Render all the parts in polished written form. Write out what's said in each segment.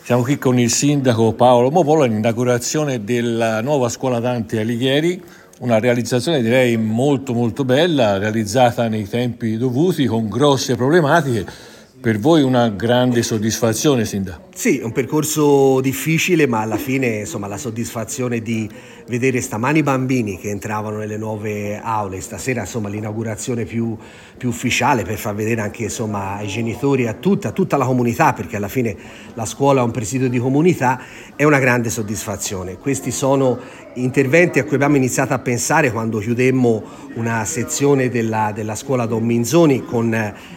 Siamo qui con il sindaco Paolo Mopolo all'inaugurazione della nuova scuola Dante Alighieri, una realizzazione direi molto molto bella, realizzata nei tempi dovuti, con grosse problematiche. Per voi una grande soddisfazione, sindaco? Sì, è un percorso difficile, ma alla fine insomma la soddisfazione di vedere stamani i bambini che entravano nelle nuove aule, stasera insomma l'inaugurazione più ufficiale per far vedere anche insomma ai genitori e a tutta la comunità, perché alla fine la scuola è un presidio di comunità, è una grande soddisfazione. Questi sono interventi a cui abbiamo iniziato a pensare quando chiudemmo una sezione della scuola Don Minzoni con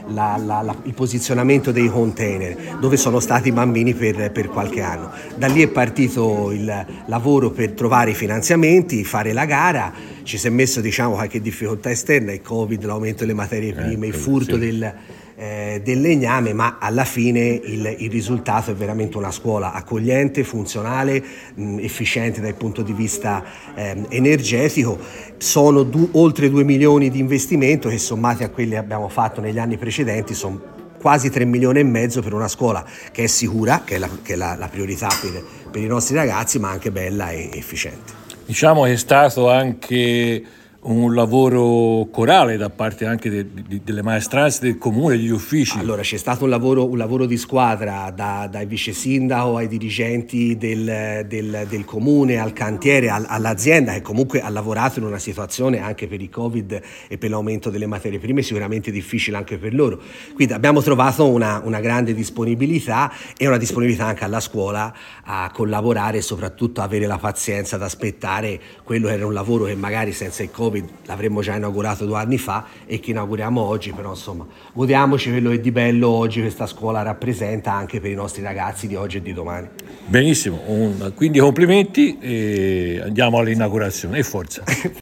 il posizionamento dei container, dove sono stati i bambini per qualche anno. Da lì è partito il lavoro per trovare i finanziamenti, fare la gara. Ci si è messo qualche difficoltà esterna, il Covid, l'aumento delle materie prime, il furto del legname, ma alla fine il risultato è veramente una scuola accogliente, funzionale, efficiente dal punto di vista energetico. Sono oltre 2 milioni di investimento che, sommati a quelli che abbiamo fatto negli anni precedenti, sono quasi 3 milioni e mezzo per una scuola che è sicura, che è la priorità per i nostri ragazzi, ma anche bella e efficiente. Diciamo che è stato anche un lavoro corale da parte anche delle maestranze del comune, degli uffici. Allora c'è stato un lavoro di squadra dai vice sindaco ai dirigenti del comune, al cantiere, all'azienda che comunque ha lavorato in una situazione anche per il Covid e per l'aumento delle materie prime sicuramente difficile anche per loro. Quindi abbiamo trovato una grande disponibilità e una disponibilità anche alla scuola a collaborare e soprattutto avere la pazienza ad aspettare quello che era un lavoro che magari senza il Covid l'avremmo già inaugurato 2 anni fa e che inauguriamo oggi, però insomma godiamoci quello che di bello oggi questa scuola rappresenta anche per i nostri ragazzi di oggi e di domani. Benissimo, quindi complimenti e andiamo all'inaugurazione e forza.